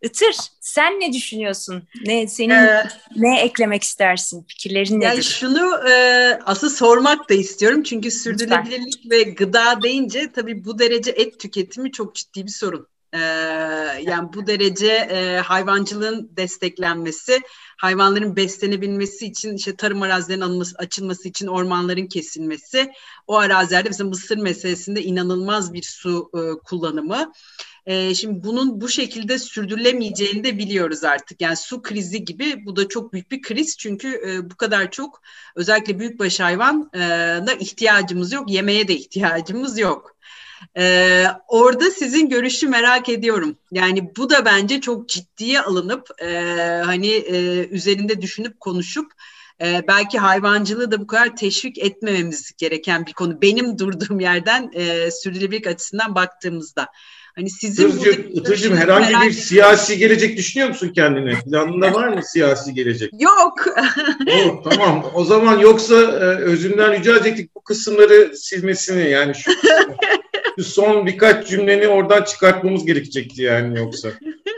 Itır, sen ne düşünüyorsun? Senin Ee, ne eklemek istersin? Fikirlerin Yani nedir? şunu asıl sormak da istiyorum. Çünkü Lütfen. sürdürülebilirlik ve gıda deyince tabii bu derece et tüketimi çok ciddi bir sorun. Yani bu derece hayvancılığın desteklenmesi, hayvanların beslenebilmesi için işte tarım arazilerinin açılması için ormanların kesilmesi, o arazilerde mesela mısır meselesinde inanılmaz bir su kullanımı. Şimdi bunun bu şekilde sürdürülemeyeceğini de biliyoruz artık. Yani su krizi gibi bu da çok büyük bir kriz. Çünkü bu kadar çok özellikle büyükbaş hayvana ihtiyacımız yok. Yemeğe de ihtiyacımız yok. Orada sizin görüşü merak ediyorum. Yani bu da bence çok ciddiye alınıp hani üzerinde düşünüp konuşup belki hayvancılığı da bu kadar teşvik etmememiz gereken bir konu. Benim durduğum yerden sürdürülebilirlik açısından baktığımızda. Hani sizin buradaki Itırcığım görüşünüzü herhangi bir merak ediyorum. siyasi gelecek düşünüyor musun kendine? Planında var mı siyasi gelecek? Yok. Tamam. O zaman yoksa özünden rica edecektik bu kısımları silmesini. Yani şu kısmı, şu son birkaç cümleni oradan çıkartmamız gerekecekti yani yoksa.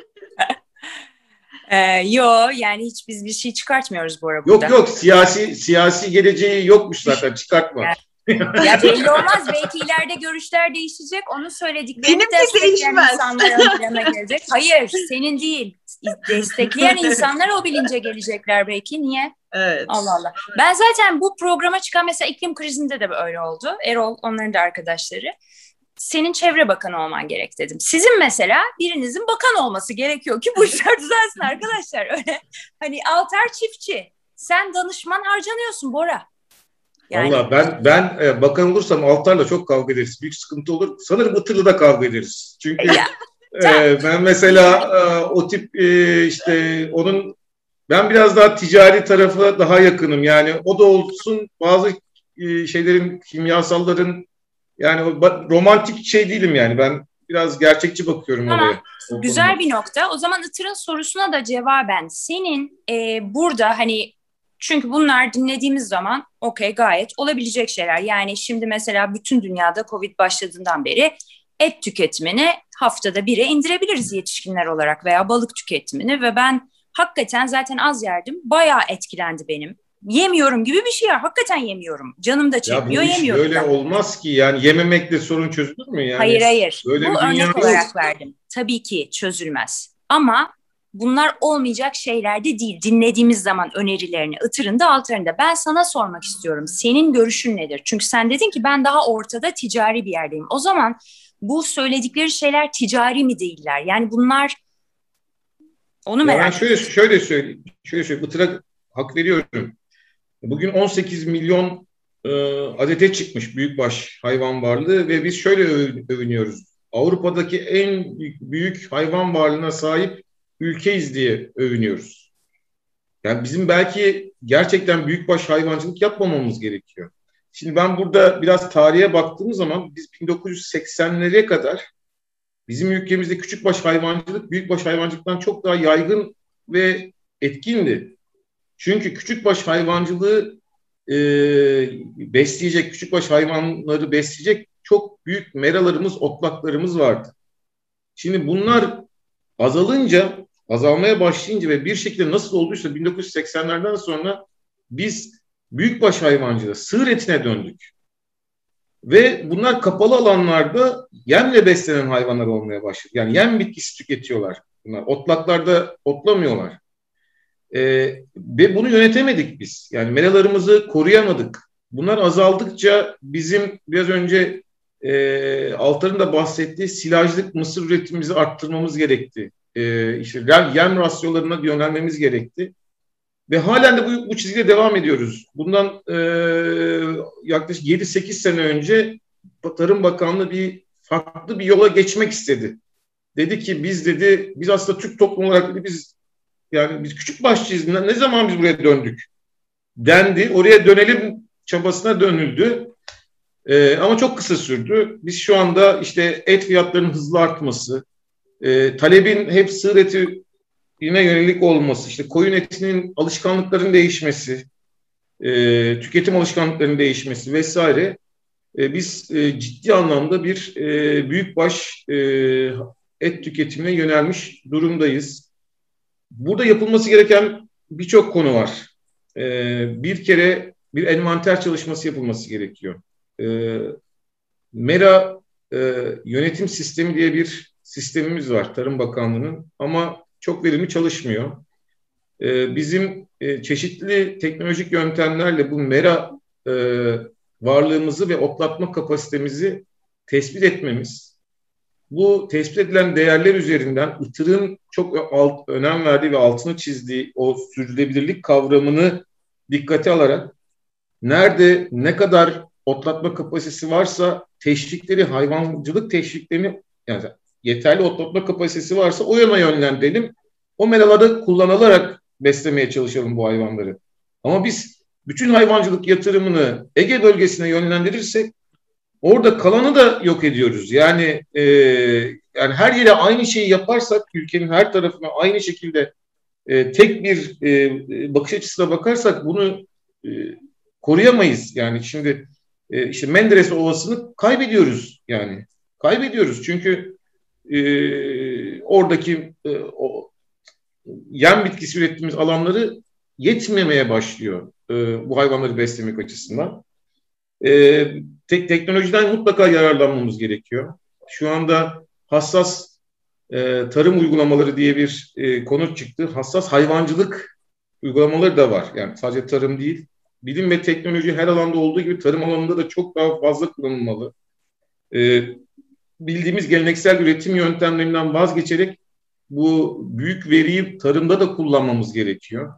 Yo yani hiç biz bir şey çıkartmıyoruz bu arada Yok burada. siyasi geleceği yokmuş zaten çıkartma. Ya belli olmaz. Belki ileride görüşler değişecek. Onun söylediklerini Benimki destekleyen değişmez. insanlar ön plana gelecek. Hayır, senin değil. Destekleyen insanlar o bilince gelecekler belki. Niye? Evet. Allah Allah. Ben zaten bu programa çıkan mesela iklim krizinde de öyle oldu. Erol, onların da arkadaşları. Senin çevre bakanı olman gerek dedim. Sizin mesela birinizin bakan olması gerekiyor ki bu işler düzelsin arkadaşlar. Öyle hani Altar çiftçi. Sen danışman harcanıyorsun Bora. Yani... Valla ben bakan olursam Altar'la çok kavga ederiz. Büyük sıkıntı olur. Sanırım Itır'la da kavga ederiz. Çünkü ben mesela o tip işte onun ben biraz daha ticari tarafa daha yakınım. Yani o da olsun bazı şeylerin, kimyasalların yani romantik şey değilim yani. Ben biraz gerçekçi bakıyorum Tamam. olaya. Güzel bir nokta. O zaman Itır'ın sorusuna da cevaben senin burada hani çünkü bunlar dinlediğimiz zaman okey gayet olabilecek şeyler. Yani şimdi mesela bütün dünyada Covid başladığından beri et tüketimini haftada 1'e indirebiliriz yetişkinler olarak veya balık tüketimini ve ben hakikaten zaten az yerdim. Bayağı etkilendi benim. Yemiyorum gibi bir şey var. Hakikaten yemiyorum. Canım da çekmiyor, ya bu iş yemiyorum böyle da. olmaz ki. Yani yememekle sorun çözülür mü? Yani Hayır. böyle Bu bir dünya örnek yok. olarak verdim. Tabii ki çözülmez. Ama bunlar olmayacak şeyler de değil. Dinlediğimiz zaman önerilerini, Itır'ında, Altar'ında. Ben sana sormak istiyorum. Senin görüşün nedir? Çünkü sen dedin ki ben daha ortada ticari bir yerdeyim. O zaman bu söyledikleri şeyler ticari mi değiller? Yani bunlar onu Ya ben merak ediyorum. şöyle söyleyeyim. Itır'a hak veriyorum. Bugün 18 milyon adete çıkmış büyükbaş hayvan varlığı ve biz şöyle övünüyoruz. Avrupa'daki en büyük hayvan varlığına sahip ülkeyiz diye övünüyoruz. Yani bizim belki gerçekten büyükbaş hayvancılık yapmamamız gerekiyor. Şimdi ben burada biraz tarihe baktığım zaman biz 1980'lere kadar bizim ülkemizde küçükbaş hayvancılık büyükbaş hayvancılıktan çok daha yaygın ve etkindi. Çünkü küçükbaş hayvancılığı besleyecek, küçükbaş hayvanları besleyecek çok büyük meralarımız, otlaklarımız vardı. Şimdi bunlar azalmaya başlayınca ve bir şekilde nasıl olduysa 1980'lerden sonra biz büyükbaş hayvancılığı, sığır etine döndük. Ve bunlar kapalı alanlarda yemle beslenen hayvanlar olmaya başladı. Yani yem bitkisi tüketiyorlar bunlar. Otlaklarda otlamıyorlar. Ve bunu yönetemedik biz. Yani meralarımızı koruyamadık. Bunlar azaldıkça bizim biraz önce Altar'ın da bahsettiği silajlık mısır üretimimizi arttırmamız gerekti. İşte yem rasyolarına yönelmemiz gerekti. Ve halen de bu çizgide devam ediyoruz. Bundan yaklaşık 7-8 sene önce Tarım Bakanlığı farklı bir yola geçmek istedi. Dedi ki biz aslında Türk toplumu olarak biz küçük başçıyız. Ne zaman biz buraya döndük? Dendi. Oraya dönelim çabasına dönüldü. Ama çok kısa sürdü. Biz şu anda işte et fiyatlarının hızlı artması, talebin hep sığır eti yönelik olması, işte koyun etinin alışkanlıkların değişmesi, tüketim alışkanlıklarının değişmesi vesaire. Biz ciddi anlamda bir büyükbaş et tüketimine yönelmiş durumdayız. Burada yapılması gereken birçok konu var. Bir kere bir envanter çalışması yapılması gerekiyor. Mera yönetim sistemi diye bir sistemimiz var Tarım Bakanlığı'nın ama çok verimli çalışmıyor. Bizim çeşitli teknolojik yöntemlerle bu mera varlığımızı ve otlatma kapasitemizi tespit etmemiz, bu tespit edilen değerler üzerinden ıtırın çok önem verdiği ve altını çizdiği o sürdürülebilirlik kavramını dikkate alarak nerede ne kadar otlatma kapasitesi varsa teşvikleri, hayvancılık teşviklerini, yani yeterli otlatma kapasitesi varsa o yana yönlendirelim. O meraları kullanılarak beslemeye çalışalım bu hayvanları. Ama biz bütün hayvancılık yatırımını Ege bölgesine yönlendirirsek orada kalanı da yok ediyoruz. Yani her yere aynı şeyi yaparsak, ülkenin her tarafına aynı şekilde tek bir bakış açısına bakarsak bunu koruyamayız. Yani şimdi işte Menderes Ovası'nı kaybediyoruz yani. Kaybediyoruz çünkü oradaki o yem bitkisi ürettiğimiz alanları yetmemeye başlıyor bu hayvanları beslemek açısından. Teknolojiden mutlaka yararlanmamız gerekiyor. Şu anda hassas tarım uygulamaları diye bir konu çıktı. Hassas hayvancılık uygulamaları da var. Yani sadece tarım değil. Bilim ve teknoloji her alanda olduğu gibi tarım alanında da çok daha fazla kullanılmalı. Bildiğimiz geleneksel üretim yöntemlerinden vazgeçerek bu büyük veriyi tarımda da kullanmamız gerekiyor.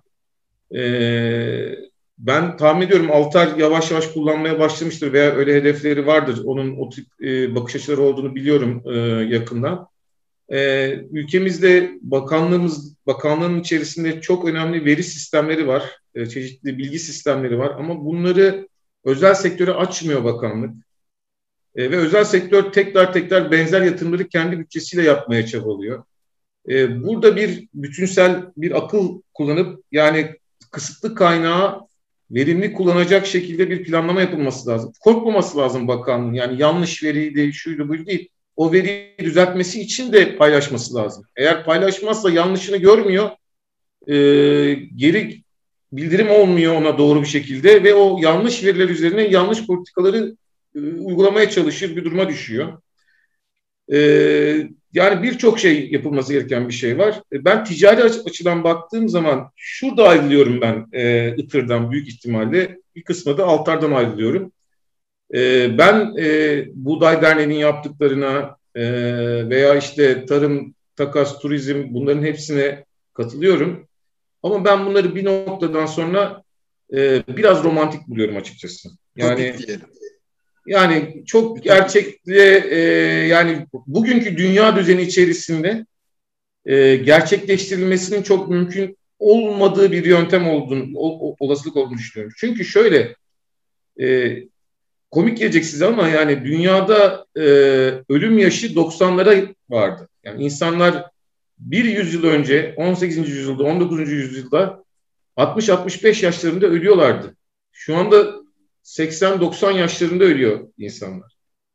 Ben tahmin ediyorum Altar yavaş yavaş kullanmaya başlamıştır veya öyle hedefleri vardır. Onun o tip bakış açıları olduğunu biliyorum yakından. Ülkemizde bakanlığın içerisinde çok önemli veri sistemleri var. Çeşitli bilgi sistemleri var ama bunları özel sektöre açmıyor bakanlık. Ve özel sektör tekrar benzer yatırımları kendi bütçesiyle yapmaya çabalıyor. Burada bir bütünsel bir akıl kullanıp yani kısıtlı kaynağı verimli kullanacak şekilde bir planlama yapılması lazım. Korkmaması lazım bakanlığın. Yani yanlış veriydi, şuydu buydu değil. O veriyi düzeltmesi için de paylaşması lazım. Eğer paylaşmazsa yanlışını görmüyor, geri bildirim olmuyor ona doğru bir şekilde ve o yanlış veriler üzerine yanlış politikaları uygulamaya çalışır bir duruma düşüyor. Yani birçok şey yapılması gereken bir şey var. Ben ticari açıdan baktığım zaman şurada ayrılıyorum ben Itır'dan büyük ihtimalle. Bir kısmı da Altar'dan ayrılıyorum. Ben Buğday Derneği'nin yaptıklarına veya işte tarım, takas, turizm bunların hepsine katılıyorum. Ama ben bunları bir noktadan sonra biraz romantik buluyorum açıkçası. Yani çok gerçekle yani bugünkü dünya düzeni içerisinde gerçekleştirilmesinin çok mümkün olmadığı bir yöntem olasılık olduğunu düşünüyorum. Çünkü şöyle komik gelecek size ama yani dünyada ölüm yaşı 90'lara vardı. Yani insanlar bir yüzyıl önce 18. yüzyılda 19. yüzyılda 60-65 yaşlarında ölüyorlardı. Şu anda 80-90 yaşlarında ölüyor insanlar.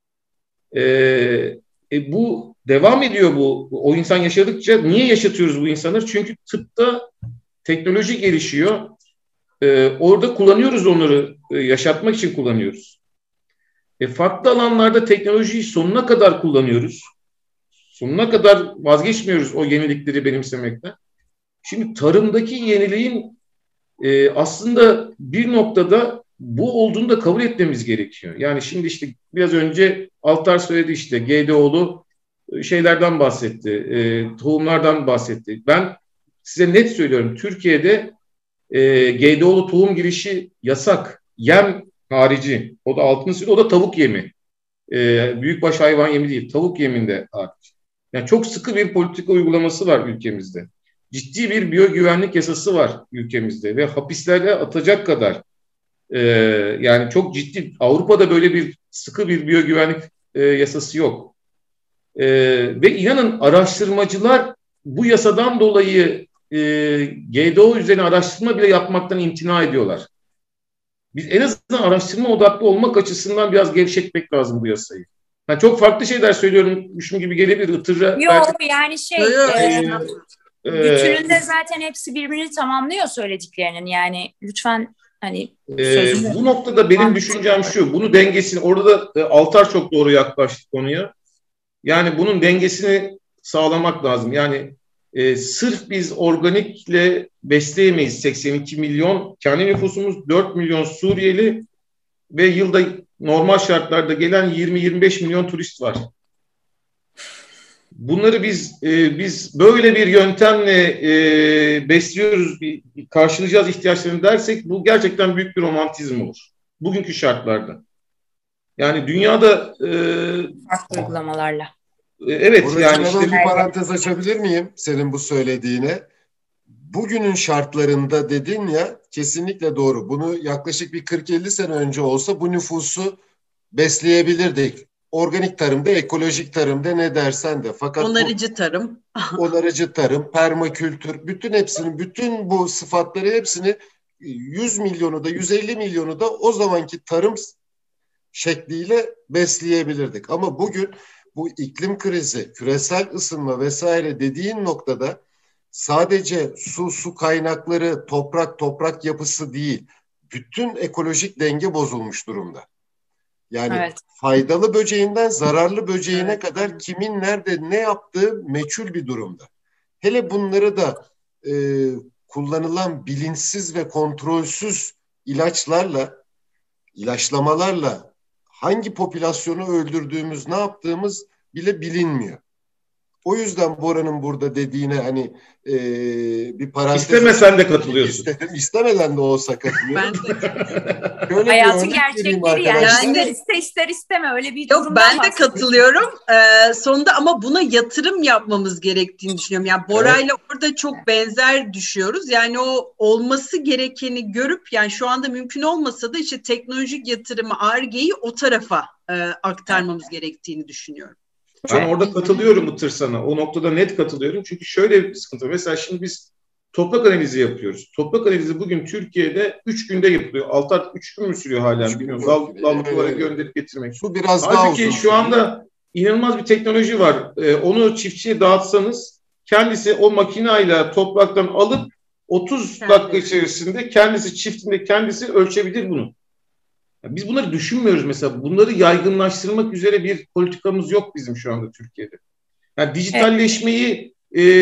Bu devam ediyor bu. O insan yaşadıkça niye yaşatıyoruz bu insanları? Çünkü tıpta teknoloji gelişiyor. Orada kullanıyoruz onları. Yaşatmak için kullanıyoruz. Farklı alanlarda teknolojiyi sonuna kadar kullanıyoruz. Sonuna kadar vazgeçmiyoruz o yenilikleri benimsemekten. Şimdi tarımdaki yeniliğin aslında bir noktada bu olduğunu da kabul etmemiz gerekiyor. Yani şimdi işte biraz önce Altar söyledi işte GDO'lu şeylerden bahsetti, tohumlardan bahsetti. Ben size net söylüyorum Türkiye'de GDO'lu tohum girişi yasak. Yem harici. O da altını söyledi. O da tavuk yemi. Büyükbaş hayvan yemi değil. Tavuk yeminde hariç. Yani çok sıkı bir politika uygulaması var ülkemizde. Ciddi bir biyogüvenlik yasası var ülkemizde ve hapislere atacak kadar yani çok ciddi. Avrupa'da böyle bir sıkı bir biyogüvenlik yasası yok. Ve inanın araştırmacılar bu yasadan dolayı GDO üzerine araştırma bile yapmaktan imtina ediyorlar. Biz en azından araştırma odaklı olmak açısından biraz gevşetmek lazım bu yasayı. Ha, çok farklı şeyler söylüyormuşum gibi gelebilir. Itır'a Yok yani belki, bütününde zaten hepsi birbirini tamamlıyor söylediklerinin. Yani lütfen hani sözünü... bu noktada benim düşüncem şu. Bunu dengesini, orada da Altar çok doğru yaklaştı konuya. Yani bunun dengesini sağlamak lazım. Yani sırf biz organikle besleyemeyiz 82 milyon. Kendi nüfusumuz 4 milyon Suriyeli ve yılda normal şartlarda gelen 20-25 milyon turist var. Bunları biz böyle bir yöntemle besliyoruz, karşılayacağız ihtiyaçlarını dersek bu gerçekten büyük bir romantizm olur. Bugünkü şartlarda. Yani dünyada farklı uygulamalarla. Evet yani işte bir parantez açabilir miyim senin bu söylediğine? Bugünün şartlarında dedin ya, kesinlikle doğru. Bunu yaklaşık bir 40-50 sene önce olsa bu nüfusu besleyebilirdik. Organik tarımda, ekolojik tarımda ne dersen de. Fakat onarıcı tarım. Onarıcı tarım, permakültür, bütün bu sıfatları hepsini 100 milyonu da 150 milyonu da o zamanki tarım şekliyle besleyebilirdik. Ama bugün bu iklim krizi, küresel ısınma vesaire dediğin noktada sadece su kaynakları, toprak yapısı değil, bütün ekolojik denge bozulmuş durumda. Yani evet, faydalı böceğinden zararlı böceğine kadar kimin nerede ne yaptığı meçhul bir durumda. Hele bunları da kullanılan bilinçsiz ve kontrolsüz ilaçlamalarla hangi popülasyonu öldürdüğümüz, ne yaptığımız bile bilinmiyor. O yüzden Bora'nın burada dediğine hani bir parantez... İstemesen de katılıyorsun. İstemeden de olsa katılıyorum. Ben de. Hayatın gerçekleri yani. İster isteme öyle bir durumdan ben de katılıyorum. Sonunda ama buna yatırım yapmamız gerektiğini düşünüyorum. Yani Bora'yla orada çok benzer düşüyoruz. Yani o olması gerekeni görüp yani şu anda mümkün olmasa da işte teknolojik yatırımı, Ar-Ge'yi o tarafa aktarmamız gerektiğini düşünüyorum. Ben orada katılıyorum Itır sana. O noktada net katılıyorum. Çünkü şöyle bir sıkıntı. Mesela şimdi biz toprak analizi yapıyoruz. Toprak analizi bugün Türkiye'de 3 günde yapılıyor. 3 gün mü sürüyor halen bilmiyorum. Dallıklara gönderip getirmek. Bu biraz daha uzun. Halbuki şu anda inanılmaz bir teknoloji var. Onu çiftçiye dağıtsanız kendisi o makineyle topraktan alıp 30 dakika içerisinde kendisi çiftinde kendisi ölçebilir bunu. Biz bunları düşünmüyoruz mesela. Bunları yaygınlaştırmak üzere bir politikamız yok bizim şu anda Türkiye'de. Yani dijitalleşmeyi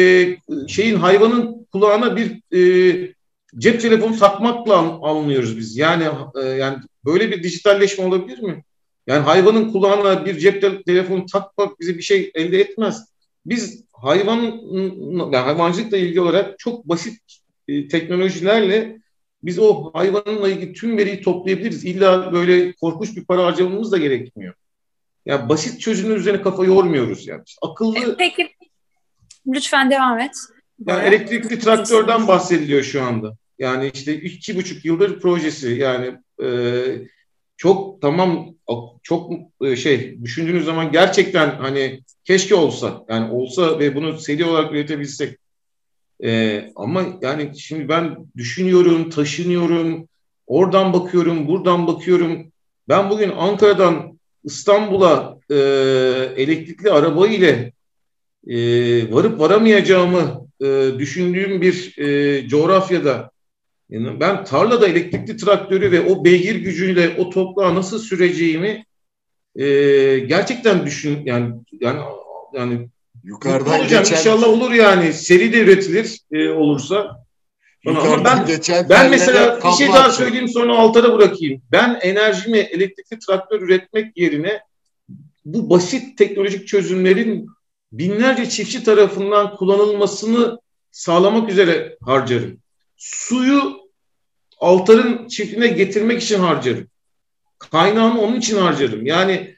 hayvanın kulağına bir cep telefonu takmakla anlıyoruz biz. Yani böyle bir dijitalleşme olabilir mi? Yani hayvanın kulağına bir cep telefonu takmak bize bir şey elde etmez. Biz hayvancılıkla ilgili olarak çok basit teknolojilerle biz o hayvanınla ilgili tüm veriyi toplayabiliriz. İlla böyle korkunç bir para harcamamız da gerekmiyor. Yani basit çözümler üzerine kafa yormuyoruz yani. İşte akıllı. Peki lütfen devam et. Yani elektrikli traktörden bahsediliyor şu anda. Yani işte 2,5 yıldır projesi. Yani çok düşündüğünüz zaman gerçekten hani keşke olsa. Yani olsa ve bunu seri olarak üretebilsek. Ama yani şimdi ben düşünüyorum, taşınıyorum, oradan bakıyorum, buradan bakıyorum. Ben bugün Ankara'dan İstanbul'a elektrikli araba ile varıp varamayacağımı düşündüğüm bir coğrafyada yani ben tarlada elektrikli traktörü ve o beygir gücüyle o toprağı nasıl süreceğimi gerçekten yani yukarıdan olacağım, İnşallah olur yani. Seri de üretilir olursa. Ama ben mesela bir şey daha söyleyeyim sonra Altar'a bırakayım. Ben enerjimi elektrikli traktör üretmek yerine bu basit teknolojik çözümlerin binlerce çiftçi tarafından kullanılmasını sağlamak üzere harcarım. Suyu Altar'ın çiftliğine getirmek için harcarım. Kaynağını onun için harcarım. Yani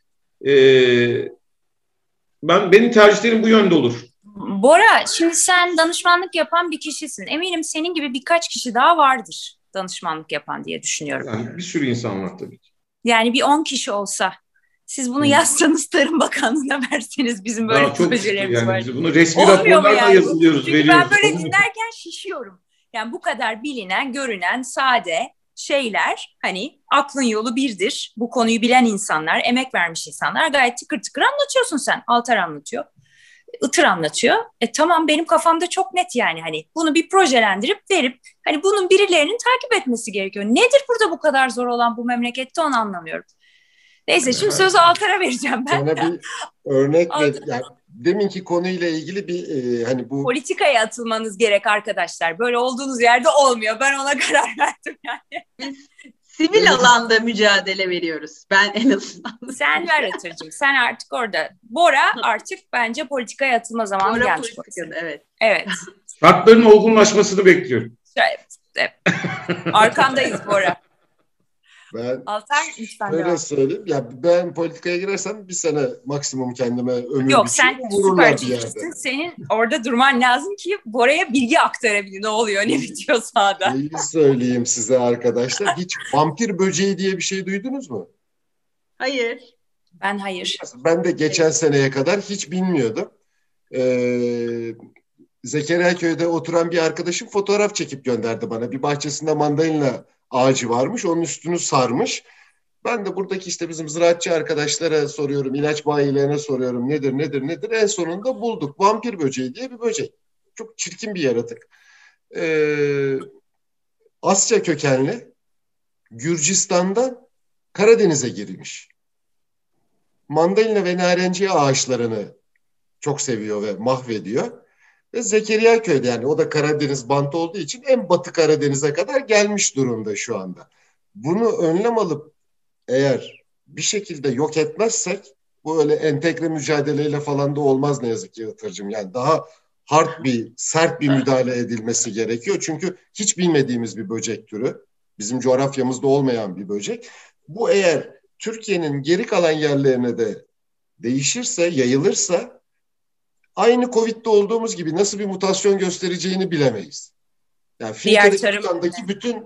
benim tercihlerim bu yönde olur. Bora, şimdi sen danışmanlık yapan bir kişisin. Eminim senin gibi birkaç kişi daha vardır danışmanlık yapan diye düşünüyorum. Yani bir sürü insan var tabii ki. Yani bir 10 kişi olsa siz bunu yazsanız Tarım Bakanlığı'na verseniz bizim böyle projelerimiz var. Bunu resmi raporlarla yazılıyoruz, Çünkü veriyoruz. Ben böyle dinlerken şişiyorum. Yani bu kadar bilinen, görünen, sade şeyler, hani aklın yolu birdir. Bu konuyu bilen insanlar, emek vermiş insanlar gayet tıkır tıkır anlatıyorsun sen. Altar anlatıyor. Itır anlatıyor. Tamam, benim kafamda çok net yani, hani bunu bir projelendirip verip hani bunun birilerinin takip etmesi gerekiyor. Nedir burada bu kadar zor olan bu memlekette, onu anlamıyorum. Neyse, şimdi sözü Altar'a vereceğim ben. Sana bir örnek ver. Yani deminki konuyla ilgili bir hani bu politikaya atılmanız gerek arkadaşlar. Böyle olduğunuz yerde olmuyor. Ben ona karar verdim yani. Biz sivil alanda mücadele veriyoruz. Ben en azından. Sen ver Atır'cığım. Sen artık orada. Bora artık bence politikaya atılma zamanı Bora gelmiş. politikada, evet. Evet. Şartların olgunlaşmasını bekliyorum. Evet. Arkandayız Bora. ben Altar lütfen öyle devam. söyleyeyim. Ya ben politikaya girersem bir sene maksimum kendime ömür Yok, biçiyorum. sen Vururlar süper bir yerde. çiftçisin. Senin orada durman lazım ki Bora'ya bilgi aktarabilir. Ne oluyor, ne bitiyor sahada. Neyi söyleyeyim size arkadaşlar? Hiç vampir böceği diye bir şey duydunuz mu? Hayır. Ben hayır. Ben de geçen seneye kadar hiç bilmiyordum. Zekeriyaköy'de oturan bir arkadaşım fotoğraf çekip gönderdi bana. Bir bahçesinde mandalina ağacı varmış. Onun üstünü sarmış. Ben de buradaki işte bizim ziraatçı arkadaşlara soruyorum. İlaç bayilerine soruyorum. Nedir? En sonunda bulduk. Vampir böceği diye bir böcek. Çok çirkin bir yaratık. Asya kökenli. Gürcistan'dan Karadeniz'e girmiş. Mandalina ve narenciye ağaçlarını çok seviyor ve mahvediyor. Ve Zekeriyaköy'de, yani o da Karadeniz bantı olduğu için en batı Karadeniz'e kadar gelmiş durumda şu anda. Bunu önlem alıp eğer bir şekilde yok etmezsek, bu öyle entegre mücadeleyle falan da olmaz ne yazık ki Yatırcığım. Yani daha sert bir müdahale edilmesi gerekiyor. Çünkü hiç bilmediğimiz bir böcek türü. Bizim coğrafyamızda olmayan bir böcek. Bu eğer Türkiye'nin geri kalan yerlerine de değişirse, yayılırsa aynı Covid'de olduğumuz gibi nasıl bir mutasyon göstereceğini bilemeyiz. Yani Finke'deki bütün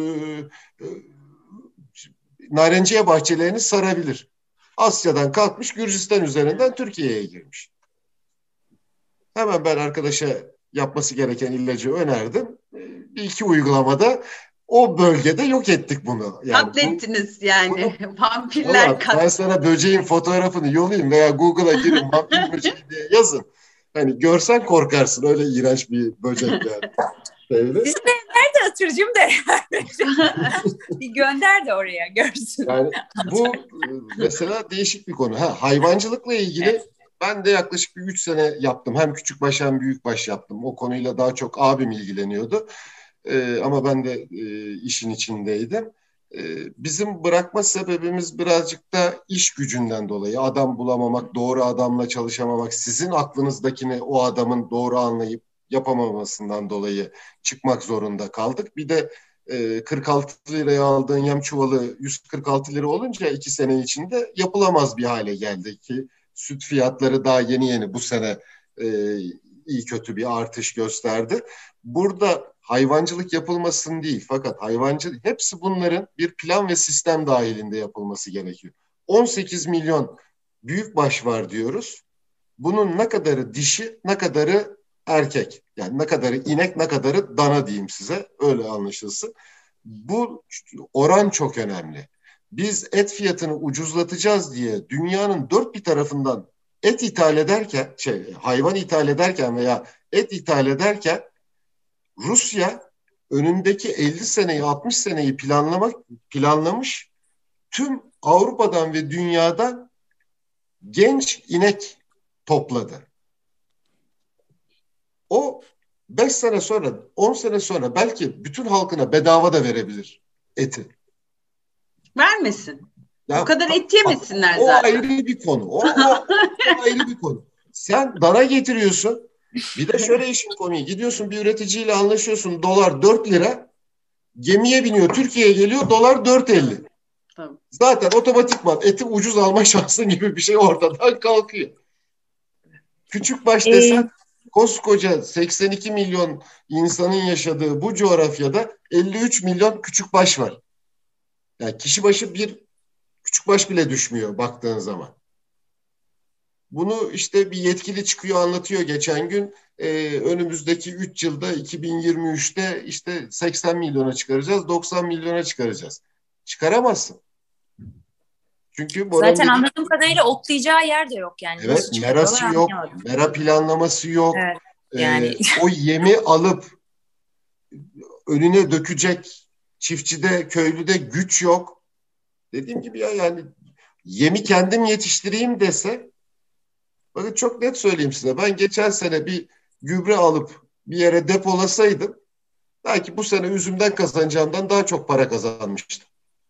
narenciye bahçelerini sarabilir. Asya'dan kalkmış, Gürcistan üzerinden Türkiye'ye girmiş. Hemen ben arkadaşa yapması gereken ilacı önerdim. Bir iki uygulamada o bölgede yok ettik bunu. Yani katlettiniz yani. Vampirler katlettiniz. Ben sana böceğin fotoğrafını yollayayım veya Google'a girin vampir böceği diye yazın. Hani görsen korkarsın, öyle iğrenç bir böcek yani. Siz de nerede Atır'cığım de bir gönder de oraya görsün. Yani bu mesela değişik bir konu. Hayvancılıkla ilgili evet. Ben de yaklaşık bir 3 sene yaptım. Hem küçükbaş hem büyükbaş yaptım. O konuyla daha çok abim ilgileniyordu. Ama ben de işin içindeydim. Bizim bırakma sebebimiz birazcık da iş gücünden dolayı. Adam bulamamak, doğru adamla çalışamamak, sizin aklınızdakini o adamın doğru anlayıp yapamamasından dolayı çıkmak zorunda kaldık. Bir de 46 liraya aldığın yem çuvalı 146 lira olunca 2 sene içinde yapılamaz bir hale geldi ki süt fiyatları daha yeni bu sene iyi kötü bir artış gösterdi. Burada hayvancılık yapılmasın değil, fakat hayvancılık, hepsi bunların bir plan ve sistem dahilinde yapılması gerekiyor. 18 milyon büyükbaş var diyoruz. Bunun ne kadarı dişi, ne kadarı erkek? Yani ne kadarı inek, ne kadarı dana diyeyim size, öyle anlaşılsın. Bu oran çok önemli. Biz et fiyatını ucuzlatacağız diye dünyanın dört bir tarafından et ithal ederken, hayvan ithal ederken veya et ithal ederken Rusya önündeki 50 seneyi, 60 seneyi planlamış, tüm Avrupa'dan ve dünyadan genç inek topladı. O 5 sene sonra, 10 sene sonra belki bütün halkına bedava da verebilir eti. Vermesin. Ya, o kadar et yemesinler o zaten. O ayrı bir konu. O ayrı bir konu. Sen dana getiriyorsun. Bir de şöyle işin komiği. Gidiyorsun bir üreticiyle anlaşıyorsun. Dolar 4 lira. Gemiye biniyor. Türkiye'ye geliyor. Dolar 4.50. Tamam. Zaten otomatikman eti ucuz alma şansın gibi bir şey ortadan kalkıyor. Küçükbaş desen koskoca 82 milyon insanın yaşadığı bu coğrafyada 53 milyon küçükbaş var. Yani kişi başı bir küçükbaş bile düşmüyor baktığın zaman. Bunu işte bir yetkili çıkıyor anlatıyor geçen gün. Önümüzdeki 3 yılda 2023'te işte 80 milyona çıkaracağız, 90 milyona çıkaracağız. Çıkaramazsın. Çünkü Bora'nın Zaten anladığım kadarıyla otlayacağı yer de yok yani. evet, merası yok, mera planlaması yok. Evet, yani. O yemi alıp önüne dökecek çiftçide, köylüde güç yok. Dediğim gibi ya yani yemi kendim yetiştireyim dese, bakın çok net söyleyeyim size. Ben geçen sene bir gübre alıp bir yere depolasaydım belki bu sene üzümden kazanacağımdan daha çok para kazanmıştım.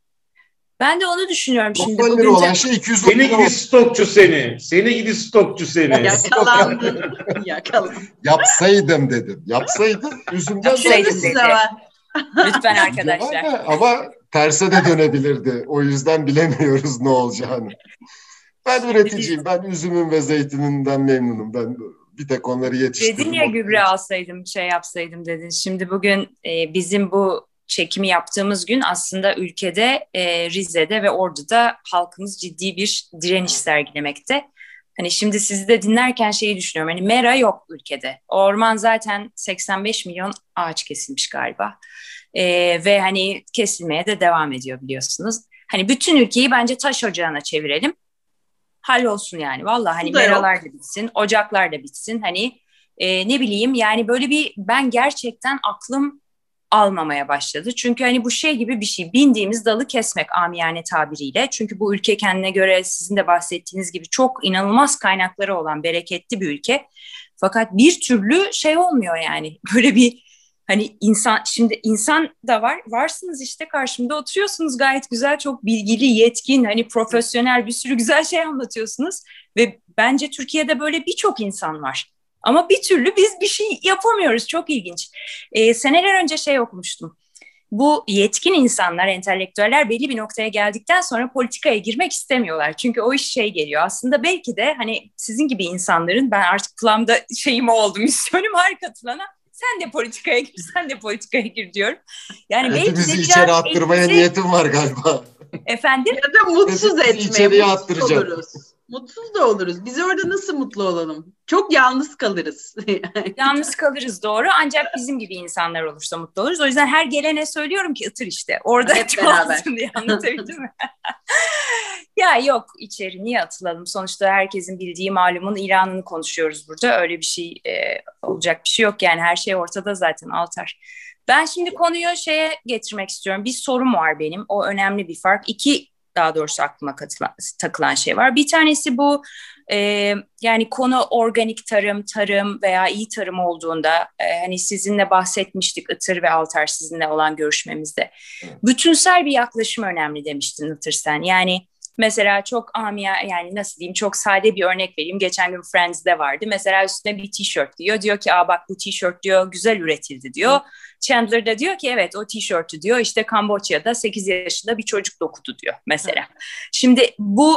Ben de onu düşünüyorum şimdi. 90 lira olan şey 210 Seni lira gidi stokçu seni. Seni gidi stokçu seni. Yakalandın. Yakalandın. Yapsaydım dedim. Yapsaydım üzümden Yapsaydım daha dedi. Lütfen arkadaşlar. ama terse de dönebilirdi. O yüzden bilemiyoruz ne olacağını. Ben üreticiyim. Ben üzümün ve zeytininden memnunum. Ben bir tek onları yetiştiririm. Dedin ya gübre alsaydım, şey yapsaydım dedin. Şimdi bugün bizim bu çekimi yaptığımız gün aslında ülkede, Rize'de ve Ordu'da halkımız ciddi bir direniş sergilemekte. Hani şimdi sizi de dinlerken şeyi düşünüyorum. Hani mera yok ülkede. Orman zaten 85 milyon ağaç kesilmiş galiba. Ve hani kesilmeye de devam ediyor biliyorsunuz. Hani bütün ülkeyi bence taş ocağına çevirelim. Hallolsun yani. Vallahi hani meralar da bitsin, ocaklar da bitsin. Hani ne bileyim yani böyle bir ben gerçekten aklım almamaya başladı. Çünkü hani bu şey gibi bir şey. Bindiğimiz dalı kesmek amiyane tabiriyle. Çünkü bu ülke kendine göre sizin de bahsettiğiniz gibi çok inanılmaz kaynakları olan bereketli bir ülke. Fakat bir türlü şey olmuyor yani. Böyle bir hani insan, şimdi insan da var. Varsınız işte karşımda oturuyorsunuz gayet güzel, çok bilgili, yetkin, hani profesyonel bir sürü güzel şey anlatıyorsunuz. Ve bence Türkiye'de böyle birçok insan var. Ama bir türlü biz bir şey yapamıyoruz. Çok ilginç. Seneler önce şey okumuştum. Bu yetkin insanlar, entelektüeller belli bir noktaya geldikten sonra politikaya girmek istemiyorlar. Çünkü o iş şey geliyor. Aslında belki de hani sizin gibi insanların, ben artık kulağımda şeyim oldu, misyonum her katılana, sen de politikaya gir, sen de politikaya gir diyorum. Yani hepimizi içeri attırmaya niyetim var galiba. Efendim? Ya da mutsuz etmeye, mutsuz oluruz. Mutsuz da oluruz. Biz orada nasıl mutlu olalım? Çok yalnız kalırız. Yalnız kalırız, doğru. Ancak bizim gibi insanlar olursa mutlu oluruz. O yüzden her gelene söylüyorum ki ıtır işte. Orada hep beraber diye, anlatabildim mi? Ya yok, içeri niye atılalım? Sonuçta herkesin bildiği malumun ilanını konuşuyoruz burada. Öyle bir şey olacak bir şey yok yani. Her şey ortada zaten, Altar. Ben şimdi konuyu şeye getirmek istiyorum. Bir sorum var benim. O önemli bir fark. Daha doğrusu aklıma takılan şey var. Bir tanesi bu, yani konu organik tarım veya iyi tarım olduğunda, hani sizinle bahsetmiştik Itır ve Altar, sizinle olan görüşmemizde. Bütünsel bir yaklaşım önemli demiştin Itır sen. Yani mesela çok yani nasıl diyeyim, çok sade bir örnek vereyim. Geçen gün Friends'de vardı. Mesela üstüne bir tişört diyor ki bak bu tişört diyor güzel üretildi diyor. Chandler da diyor ki evet o tişörtü diyor işte Kamboçya'da 8 yaşında bir çocuk dokudu diyor mesela. Şimdi bu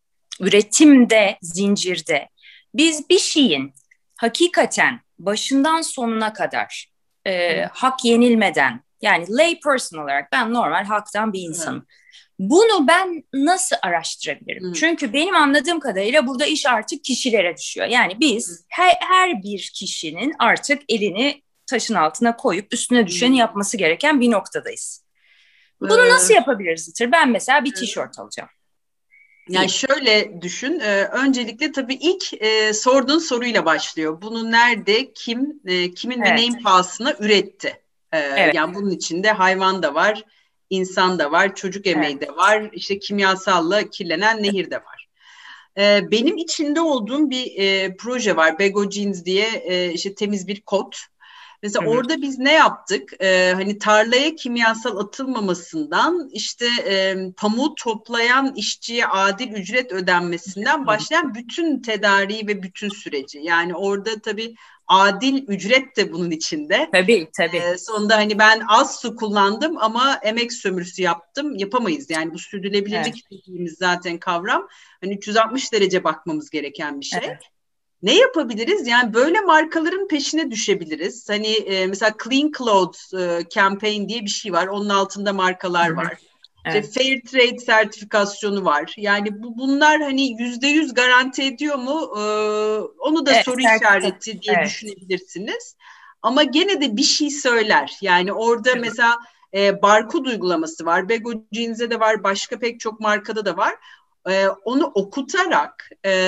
üretimde, zincirde biz bir şeyin hakikaten başından sonuna kadar hak yenilmeden, yani lay person olarak ben normal halktan bir insanım. Bunu ben nasıl araştırabilirim? Çünkü benim anladığım kadarıyla burada iş artık kişilere düşüyor. Yani biz her bir kişinin artık elini taşın altına koyup üstüne düşeni yapması gereken bir noktadayız. Bunu nasıl yapabiliriz Itır? Ben mesela bir tişört alacağım. Yani şöyle düşün, öncelikle tabii ilk sorduğun soruyla başlıyor. Bunu nerede, kimin ve neyin pahasına üretti? Yani bunun içinde hayvan da var, insan da var, çocuk emeği de var, işte kimyasalla kirlenen nehir de var. Benim içinde olduğum bir proje var, Bego Jeans diye, işte temiz bir kot. Mesela orada biz ne yaptık? Hani tarlaya kimyasal atılmamasından, işte pamuğu toplayan işçiye adil ücret ödenmesinden başlayan bütün tedariği ve bütün süreci. Yani orada tabii adil ücret de bunun içinde. Tabii. Sonunda hani ben az su kullandım ama emek sömürüsü yapamayız. Yani bu sürdürülebilirlik dediğimiz zaten kavram. Hani 360 derece bakmamız gereken bir şey. Evet. Ne yapabiliriz? Yani böyle markaların peşine düşebiliriz. Hani mesela Clean Clothes Campaign diye bir şey var. Onun altında markalar var. Evet. Fair Trade sertifikasyonu var. Yani bunlar hani %100 garanti ediyor mu? Onu da soru işareti diye düşünebilirsiniz. Ama gene de bir şey söyler. Yani orada mesela barkod uygulaması var. Bego Jeans'e de var. Başka pek çok markada da var. Onu okutarak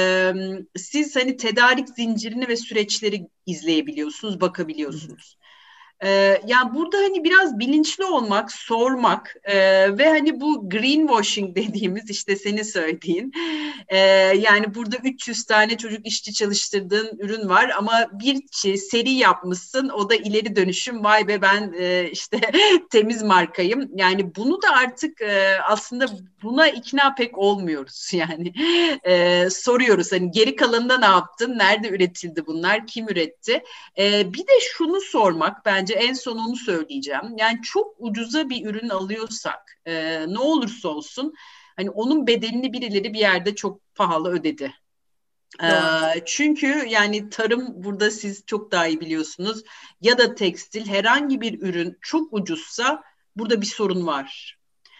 siz hani tedarik zincirini ve süreçleri izleyebiliyorsunuz, bakabiliyorsunuz. Yani burada hani biraz bilinçli olmak, sormak ve hani bu greenwashing dediğimiz işte senin söylediğin yani burada 300 tane çocuk işçi çalıştırdığın ürün var ama bir seri yapmışsın, o da ileri dönüşüm, vay be ben işte temiz markayım. Yani bunu da artık aslında buna ikna pek olmuyoruz yani soruyoruz hani geri kalanında ne yaptın, nerede üretildi bunlar, kim üretti? Bir de şunu sormak, bence en son onu söyleyeceğim. Yani çok ucuza bir ürün alıyorsak ne olursa olsun hani onun bedelini birileri bir yerde çok pahalı ödedi. Çünkü yani tarım, burada siz çok daha iyi biliyorsunuz, ya da tekstil, herhangi bir ürün çok ucuzsa burada bir sorun var.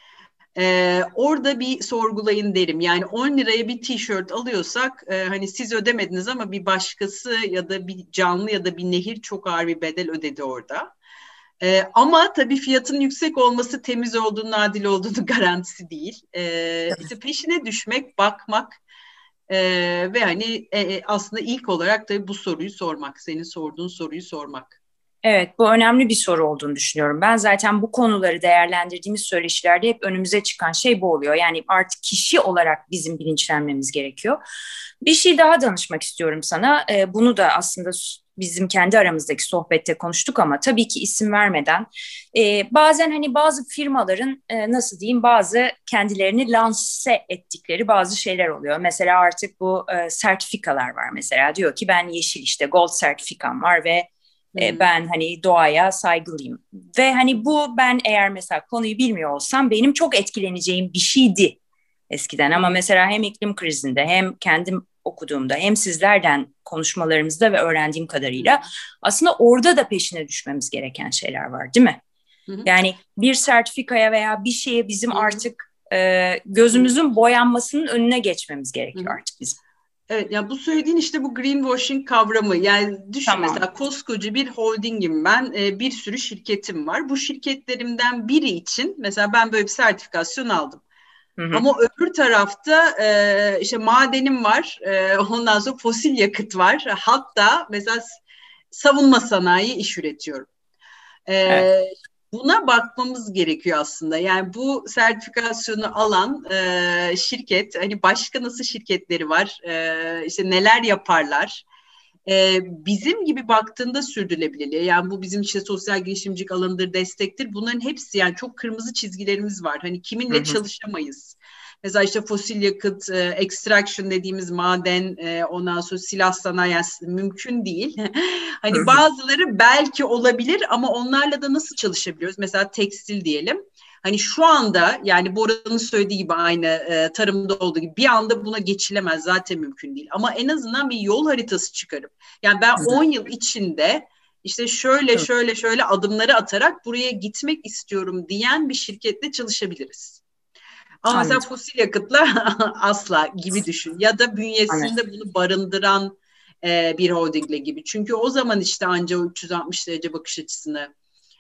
Orada bir sorgulayın derim. Yani 10 liraya bir tişört alıyorsak hani siz ödemediniz ama bir başkası ya da bir canlı ya da bir nehir çok ağır bir bedel ödedi orada. Ama tabii fiyatın yüksek olması temiz olduğunu, adil olduğunu garantisi değil. İşte peşine düşmek, bakmak ve hani aslında ilk olarak da bu soruyu sormak, senin sorduğun soruyu sormak. Evet, bu önemli bir soru olduğunu düşünüyorum. Ben zaten bu konuları değerlendirdiğimiz söyleşilerde hep önümüze çıkan şey bu oluyor. Yani artık kişi olarak bizim bilinçlenmemiz gerekiyor. Bir şey daha danışmak istiyorum sana. Bunu da aslında bizim kendi aramızdaki sohbette konuştuk ama tabii ki isim vermeden. Bazen hani bazı firmaların nasıl diyeyim, bazı kendilerini lanse ettikleri bazı şeyler oluyor. Mesela artık bu sertifikalar var mesela. Diyor ki ben yeşil işte gold sertifikam var ve ben hani doğaya saygılıyım. Ve hani bu, ben eğer mesela konuyu bilmiyor olsam benim çok etkileneceğim bir şeydi eskiden. Ama mesela hem iklim krizinde hem kendim okuduğumda hem sizlerden konuşmalarımızda ve öğrendiğim kadarıyla aslında orada da peşine düşmemiz gereken şeyler var, değil mi? Yani bir sertifikaya veya bir şeye bizim artık gözümüzün boyanmasının önüne geçmemiz gerekiyor artık bizim. Evet, ya bu söylediğin işte bu greenwashing kavramı. Yani düşün, mesela koskoca bir holdingim ben, bir sürü şirketim var. Bu şirketlerimden biri için mesela ben böyle bir sertifikasyon aldım. Ama öbür tarafta işte madenim var, ondan sonra fosil yakıt var. Hatta mesela savunma sanayi iş üretiyorum. Evet. Buna bakmamız gerekiyor aslında. Yani bu sertifikasyonu alan şirket, hani başka nasıl şirketleri var, işte neler yaparlar. Bizim gibi baktığında sürdürülebilirliğe, yani bu bizim işte sosyal girişimcilik alanıdır, destektir. Bunların hepsi yani çok kırmızı çizgilerimiz var. Hani kiminle çalışamayız. Mesela işte fosil yakıt, extraction dediğimiz maden, ondan sonra silah sanayi mümkün değil. Hani bazıları belki olabilir ama onlarla da nasıl çalışabiliyoruz? Mesela tekstil diyelim. Hani şu anda, yani Bora'nın söylediği gibi, aynı tarımda olduğu gibi bir anda buna geçilemez, zaten mümkün değil. Ama en azından bir yol haritası çıkarıp, yani ben 10 yıl içinde işte şöyle adımları atarak buraya gitmek istiyorum diyen bir şirketle çalışabiliriz. Ama mesela fosil yakıtla asla gibi düşün. Ya da bünyesinde bunu barındıran bir holdingle gibi. Çünkü o zaman işte anca o 360 derece bakış açısını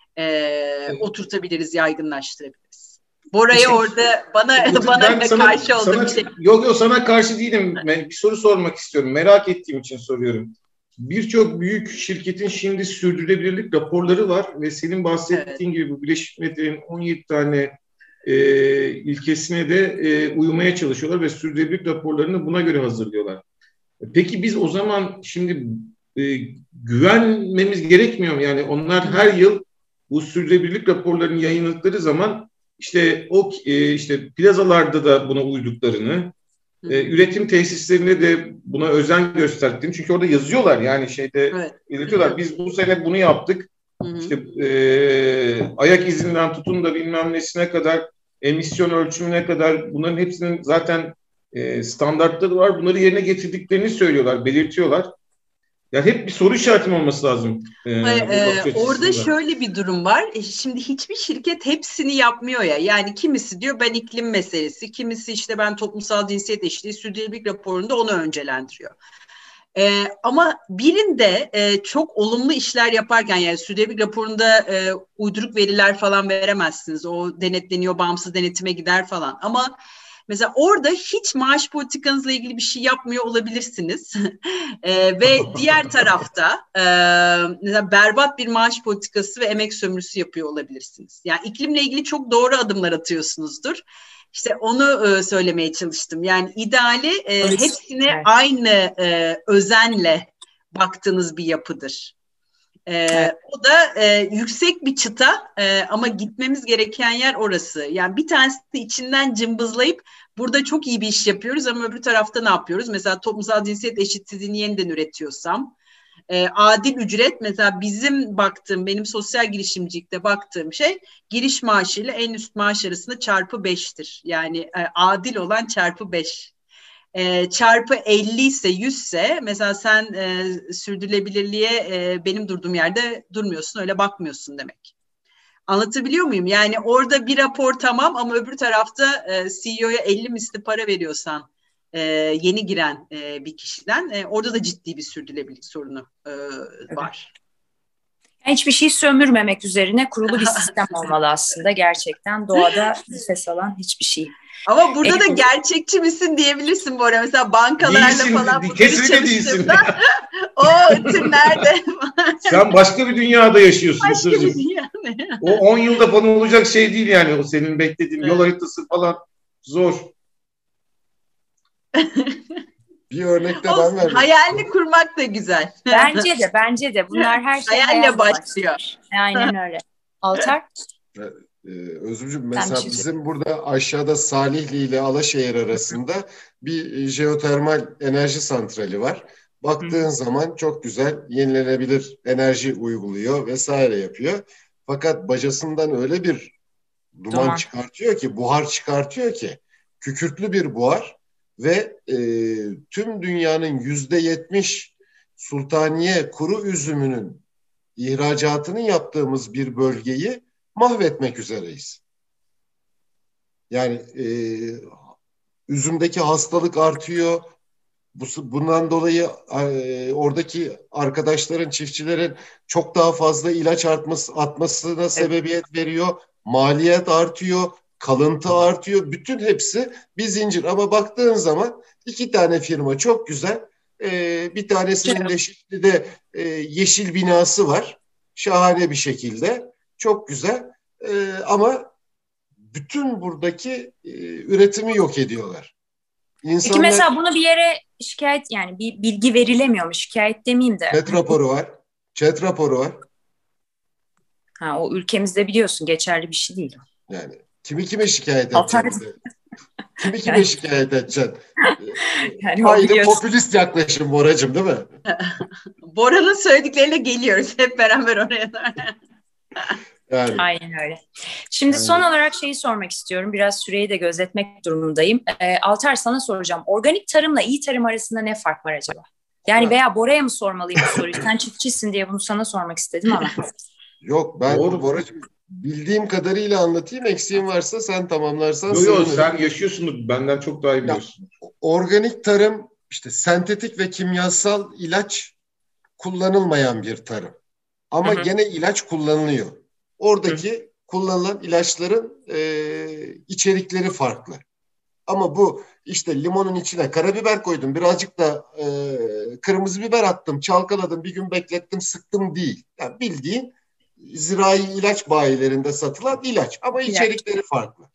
oturtabiliriz, yaygınlaştırabiliriz. Bora'ya orada bana karşı olduğum bir şey. Yok sana karşı değilim. Ben bir soru sormak istiyorum. Merak ettiğim için soruyorum. Birçok büyük şirketin şimdi sürdürülebilirlik raporları var ve senin bahsettiğin gibi bu Birleşmiş Milletler'in 17 tane ilkesine de uymaya çalışıyorlar ve sürdürülebilirlik raporlarını buna göre hazırlıyorlar. Peki biz o zaman şimdi güvenmemiz gerekmiyor mu? Yani onlar her yıl bu sürdürülebilirlik raporlarını yayınladıkları zaman işte o işte plazalarda da buna uyduklarını, üretim tesislerine de buna özen gösterdiklerini, çünkü orada yazıyorlar, yani belirtiyorlar. Biz bu sene bunu yaptık. İşte ayak izinden tutun da bilmem nesine kadar, emisyon ölçümüne kadar, bunların hepsinin zaten standartları var. Bunları yerine getirdiklerini söylüyorlar, belirtiyorlar. Yani hep bir soru işaretin olması lazım. Orada şöyle bir durum var. Şimdi hiçbir şirket hepsini yapmıyor ya. Yani kimisi diyor ben iklim meselesi, kimisi işte ben toplumsal cinsiyet eşitliği sürdürülebilirlik raporunda onu öncelendiriyor. Ama birinde çok olumlu işler yaparken, yani sürdürülebilirlik raporunda uyduruk veriler falan veremezsiniz. O denetleniyor, bağımsız denetime gider falan. Ama mesela orada hiç maaş politikanızla ilgili bir şey yapmıyor olabilirsiniz. Ve diğer tarafta mesela berbat bir maaş politikası ve emek sömürüsü yapıyor olabilirsiniz. Yani iklimle ilgili çok doğru adımlar atıyorsunuzdur. İşte onu söylemeye çalıştım. Yani ideali hepsine aynı özenle baktığınız bir yapıdır. O da yüksek bir çıta ama gitmemiz gereken yer orası. Yani bir tanesi içinden cımbızlayıp burada çok iyi bir iş yapıyoruz ama öbür tarafta ne yapıyoruz? Mesela toplumsal cinsiyet eşitsizliğini yeniden üretiyorsam, adil ücret, mesela benim sosyal girişimcilikte baktığım şey giriş maaşı ile en üst maaş arasında çarpı 5'tir. Yani adil olan çarpı 5. Çarpı 50 ise 100 ise mesela sen sürdürülebilirliğe benim durduğum yerde durmuyorsun, öyle bakmıyorsun demek. Anlatabiliyor muyum? Yani orada bir rapor tamam ama öbür tarafta CEO'ya 50 misli para veriyorsan yeni giren bir kişiden orada da ciddi bir sürdürülebilirlik sorunu var. Hiçbir şey sömürmemek üzerine kurulu bir sistem olmalı aslında, gerçekten doğada nefes alan hiçbir şey. Ama burada da gerçekçi misin diyebilirsin bu arada. Mesela bankalarla değilsin, falan kesinlikle değilsin. O tür nerede? Sen başka bir dünyada yaşıyorsun. Başka bir dünya. O 10 yılda falan olacak şey değil yani. O senin beklediğin yol haritası falan zor. Bir örnek de ben vermek hayalini kurmak da güzel. Bence de. Bunlar her şey hayalle başlıyor. Aynen öyle. Altar? Özümcüğüm, mesela bizim burada aşağıda Salihli ile Alaşehir arasında bir jeotermal enerji santrali var. Baktığın zaman çok güzel yenilenebilir enerji uyguluyor vesaire yapıyor. Fakat bacasından öyle bir duman çıkartıyor ki, buhar çıkartıyor ki, kükürtlü bir buhar ve tüm dünyanın %70 Sultaniye kuru üzümünün ihracatını yaptığımız bir bölgeyi mahvetmek üzereyiz. Yani üzümdeki hastalık artıyor. Bundan dolayı oradaki arkadaşların, çiftçilerin çok daha fazla ilaç atmasına sebebiyet veriyor. Maliyet artıyor, kalıntı artıyor. Bütün hepsi bir zincir. Ama baktığın zaman 2 tane firma çok güzel. Bir tanesinin de Şişli'de yeşil binası var. Şahane bir şekilde. Çok güzel. Ama bütün buradaki üretimi yok ediyorlar. İnsanlar... Peki mesela bunu bir yere şikayet, yani bir bilgi verilemiyor mu? Şikayet demeyeyim de. Chat raporu var. Chat raporu var. Ha, o ülkemizde biliyorsun geçerli bir şey değil. Yani kime şikayet edeceksin? Kime şikayet edeceksin? Yani aynı popülist yaklaşım Boracığım, değil mi? Bora'nın söylediklerine geliyoruz hep beraber oraya da. Yani. Aynen öyle. Şimdi son olarak şeyi sormak istiyorum. Biraz süreyi de gözetmek durumundayım. Altar, sana soracağım. Organik tarımla iyi tarım arasında ne fark var acaba? Yani veya Bora'ya mı sormalıyım bu soruyu? Sen çiftçisin diye bunu sana sormak istedim ama. Yok, ben Boracığım bildiğim kadarıyla anlatayım. Eksiğim varsa sen tamamlarsan. Yok, sen yaşıyorsun, benden çok daha iyi biliyorsun. Organik tarım işte sentetik ve kimyasal ilaç kullanılmayan bir tarım. Ama gene ilaç kullanılıyor. Oradaki kullanılan ilaçların içerikleri farklı. Ama bu işte limonun içine karabiber koydum, birazcık da kırmızı biber attım, çalkaladım, bir gün beklettim, sıktım değil. Yani bildiğin zirai ilaç bayilerinde satılan ilaç ama içerikleri farklı.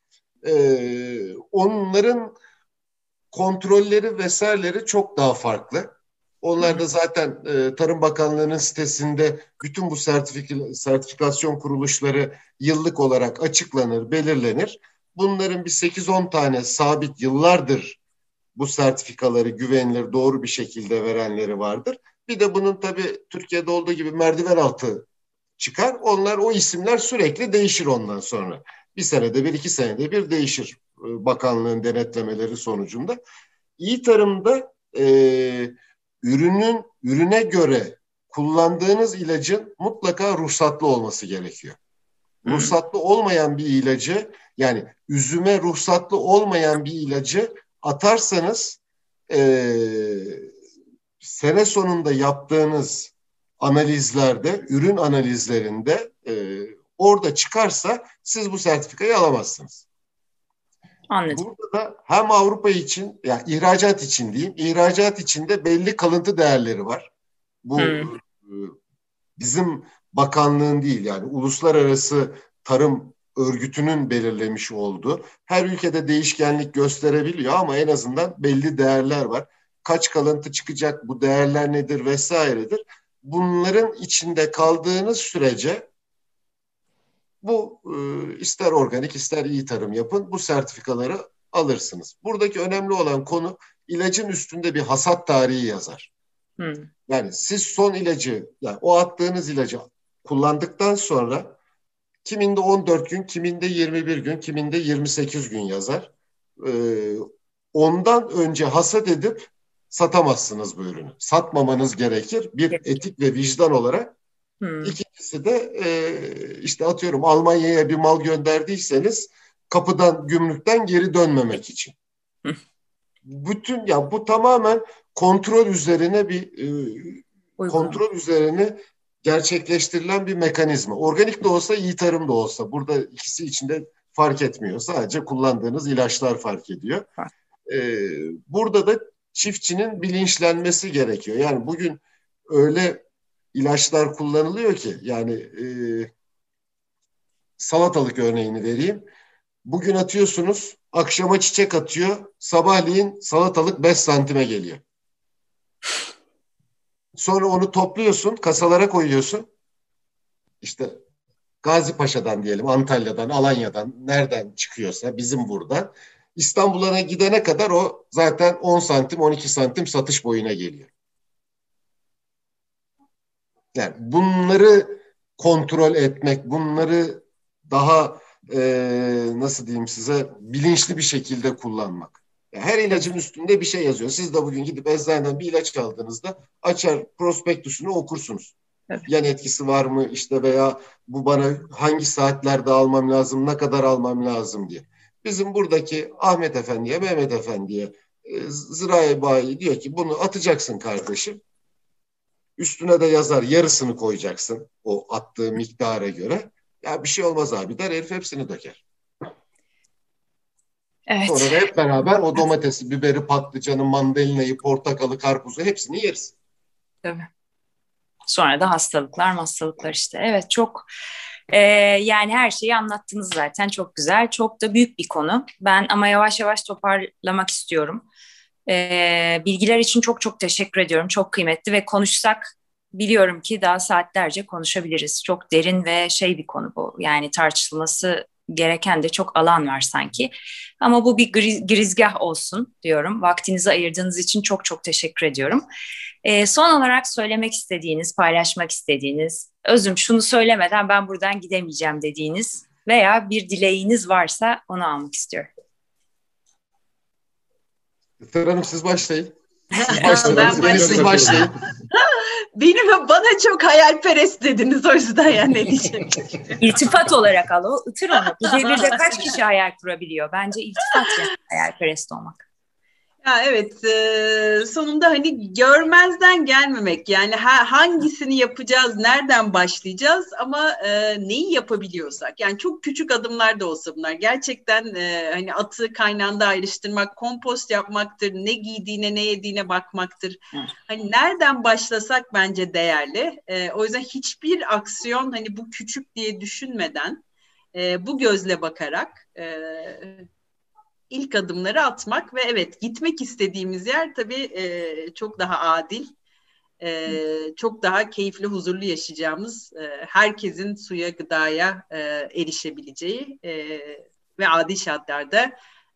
Onların kontrolleri vesaireleri çok daha farklı. Onlar da zaten Tarım Bakanlığı'nın sitesinde bütün bu sertifikasyon kuruluşları yıllık olarak açıklanır, belirlenir. Bunların bir 8-10 tane sabit, yıllardır bu sertifikaları güvenilir, doğru bir şekilde verenleri vardır. Bir de bunun tabii Türkiye'de olduğu gibi merdiven altı çıkar. O isimler sürekli değişir ondan sonra. 1 senede bir, 2 senede bir değişir bakanlığın denetlemeleri sonucunda. İyi tarımda ürüne göre kullandığınız ilacın mutlaka ruhsatlı olması gerekiyor. Ruhsatlı olmayan bir ilacı, yani üzüme ruhsatlı olmayan bir ilacı atarsanız sene sonunda yaptığınız analizlerde, ürün analizlerinde orada çıkarsa siz bu sertifikayı alamazsınız. Anladım. Burada da hem Avrupa için, yani ihracat için diyeyim, ihracat için de belli kalıntı değerleri var. Bu bizim bakanlığın değil, yani uluslararası tarım örgütünün belirlemiş olduğu, her ülkede değişkenlik gösterebiliyor ama en azından belli değerler var. Kaç kalıntı çıkacak, bu değerler nedir vesairedir. Bunların içinde kaldığınız sürece bu ister organik ister iyi tarım yapın, bu sertifikaları alırsınız. Buradaki önemli olan konu, ilacın üstünde bir hasat tarihi yazar. Yani siz son ilacı, yani o attığınız ilacı kullandıktan sonra kiminde 14 gün, kiminde 21 gün, kiminde 28 gün yazar. Ondan önce hasat edip satamazsınız bu ürünü. Satmamanız gerekir. Bir, etik ve vicdan olarak. İkincisi de işte atıyorum Almanya'ya bir mal gönderdiyseniz kapıdan, gümrükten geri dönmemek için. Bütün, ya bu tamamen kontrol üzerine bir kontrol üzerine gerçekleştirilen bir mekanizma. Organik de olsa, iyi tarım da olsa, burada ikisi içinde fark etmiyor. Sadece kullandığınız ilaçlar fark ediyor. Burada da çiftçinin bilinçlenmesi gerekiyor. Yani bugün öyle ilaçlar kullanılıyor ki, yani salatalık örneğini vereyim. Bugün atıyorsunuz, akşama çiçek atıyor, sabahleyin salatalık 5 santime geliyor. Sonra onu topluyorsun, kasalara koyuyorsun. İşte Gazi Paşa'dan diyelim, Antalya'dan, Alanya'dan, nereden çıkıyorsa bizim buradan. İstanbul'a gidene kadar o zaten 10 santim, 12 santim satış boyuna geliyor. Yani bunları kontrol etmek, bunları daha nasıl diyeyim size, bilinçli bir şekilde kullanmak. Yani her ilacın üstünde bir şey yazıyor. Siz de bugün gidip eczaneden bir ilaç aldığınızda açar prospektüsünü okursunuz. Evet. Yan etkisi var mı işte, veya bu bana hangi saatlerde almam lazım, ne kadar almam lazım diye. Bizim buradaki Ahmet Efendi'ye, Mehmet Efendi'ye Zirai Bayi diyor ki bunu atacaksın kardeşim. Üstüne de yazar, yarısını koyacaksın o attığı miktara göre. Ya bir şey olmaz abi der, herif hepsini döker. Evet. Sonra da hep beraber o domatesi, biberi, patlıcanı, mandalinayı, portakalı, karpuzu hepsini yeriz. Tabii. Sonra da hastalıklar işte. Evet, çok yani her şeyi anlattınız zaten, çok güzel. Çok da büyük bir konu. Ben ama yavaş yavaş toparlamak istiyorum. Bilgiler için çok çok teşekkür ediyorum. Çok kıymetli ve konuşsak biliyorum ki daha saatlerce konuşabiliriz. Çok derin ve bir konu bu. Yani tartışılması gereken de çok alan var sanki. Ama bu bir girizgah olsun diyorum. Vaktinizi ayırdığınız için çok çok teşekkür ediyorum. Son olarak söylemek istediğiniz, paylaşmak istediğiniz, Özüm şunu söylemeden ben buradan gidemeyeceğim dediğiniz veya bir dileğiniz varsa onu almak istiyorum. Efer Hanım siz başlayın. Siz başlayın. Bana çok hayalperest dediniz, o yüzden yani ne diyeceğim. İltifat olarak al o, ıtır onu. Bu devirde kaç kişi hayal kurabiliyor? Bence iltifat yani hayalperest olmak. Ya evet, sonunda hani görmezden gelmemek, yani hangisini yapacağız, nereden başlayacağız ama neyi yapabiliyorsak, yani çok küçük adımlar da olsa bunlar gerçekten hani atı kaynağında ayrıştırmak, kompost yapmaktır, ne giydiğine ne yediğine bakmaktır. Hani nereden başlasak bence değerli. O yüzden hiçbir aksiyon hani bu küçük diye düşünmeden bu gözle bakarak ilk adımları atmak ve evet, gitmek istediğimiz yer tabii çok daha adil, çok daha keyifli, huzurlu yaşayacağımız, herkesin suya, gıdaya erişebileceği ve adil şartlarda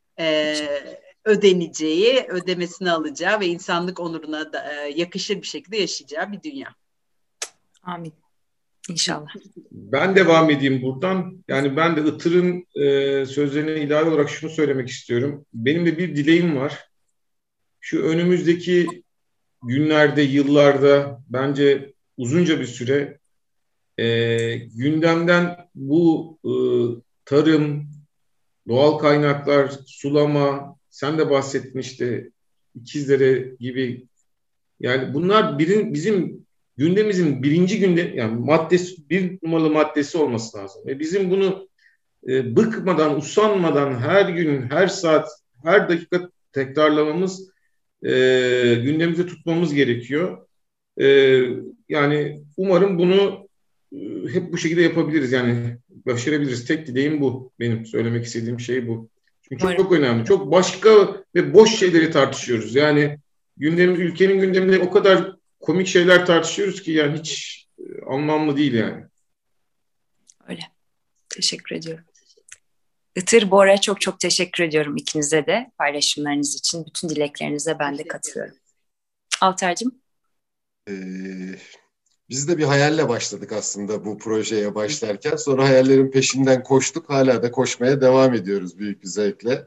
ödeneceği, ödemesini alacağı ve insanlık onuruna da, yakışır bir şekilde yaşayacağı bir dünya. Amin. İnşallah. Ben devam edeyim buradan. Yani ben de Itır'ın sözlerine ilave olarak şunu söylemek istiyorum. Benim de bir dileğim var. Şu önümüzdeki günlerde, yıllarda, bence uzunca bir süre gündemden bu tarım, doğal kaynaklar, sulama, sen de bahsettin işte İkizdere gibi, yani bunlar bizim gündemimizin birinci yani maddesi, bir numaralı maddesi olması lazım. Ve bizim bunu bıkmadan, usanmadan her gün, her saat, her dakika tekrarlamamız, gündemimize tutmamız gerekiyor. Yani umarım bunu hep bu şekilde yapabiliriz. Yani başarabiliriz. Tek dileğim bu. Benim söylemek istediğim şey bu. Çünkü çok önemli. Çok başka ve boş şeyleri tartışıyoruz. Yani ülkenin gündeminde o kadar komik şeyler tartışıyoruz ki yani hiç anlamlı değil yani. Öyle. Teşekkür ediyorum. Itır, Bora, çok çok teşekkür ediyorum ikinize de paylaşımlarınız için. Bütün dileklerinize ben de katılıyorum. Altar'cığım? Biz de bir hayalle başladık aslında bu projeye başlarken. Sonra hayallerin peşinden koştuk. Hala da koşmaya devam ediyoruz büyük bir zevkle.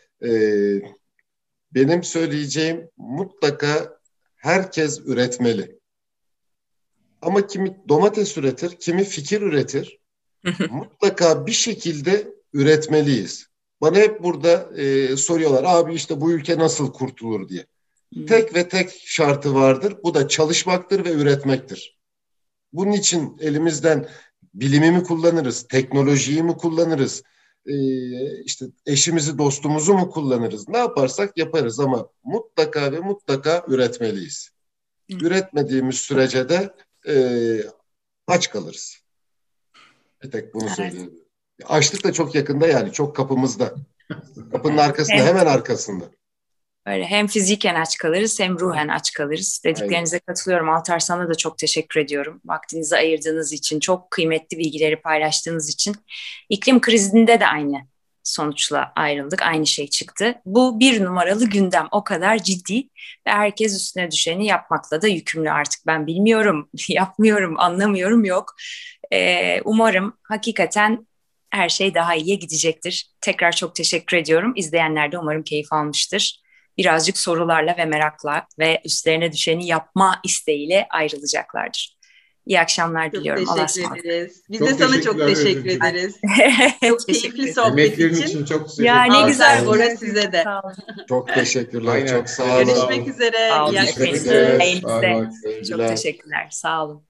Benim söyleyeceğim, mutlaka herkes üretmeli. Ama kimi domates üretir, kimi fikir üretir. Mutlaka bir şekilde üretmeliyiz. Bana hep burada soruyorlar, abi işte bu ülke nasıl kurtulur diye. Tek ve tek şartı vardır. Bu da çalışmaktır ve üretmektir. Bunun için elimizden bilimi mi kullanırız, teknolojiyi mi kullanırız, işte eşimizi, dostumuzu mu kullanırız? Ne yaparsak yaparız ama mutlaka ve mutlaka üretmeliyiz. Üretmediğimiz sürece de aç kalırız. Bir tek bunu söylüyorum. Açlık da çok yakında, yani çok kapımızda. Kapının arkasında, hemen arkasında. Öyle, hem fiziken aç kalırız hem ruhen aç kalırız. Dediklerinize katılıyorum. Altar, sana da çok teşekkür ediyorum. Vaktinizi ayırdığınız için, çok kıymetli bilgileri paylaştığınız için. İklim krizinde de aynı sonuçla ayrıldık. Aynı şey çıktı. Bu bir numaralı gündem. O kadar ciddi ve herkes üstüne düşeni yapmakla da yükümlü artık. Ben bilmiyorum, yapmıyorum, anlamıyorum, yok. Umarım hakikaten her şey daha iyiye gidecektir. Tekrar çok teşekkür ediyorum. İzleyenler de umarım keyif almıştır. Birazcık sorularla ve merakla ve üstlerine düşeni yapma isteğiyle ayrılacaklardır. İyi akşamlar diliyorum. Çok teşekkür ederiz. Biz çok de sana çok teşekkür ederiz. Çok keyifli sohbet için. Çok teşekkür ya ne güzel. Bora, size de. Çok teşekkürler. Aynen. Çok sağ olun. Görüşmek üzere. Sağ olun. İyi akşamlar. Çok teşekkürler. Sağ olun.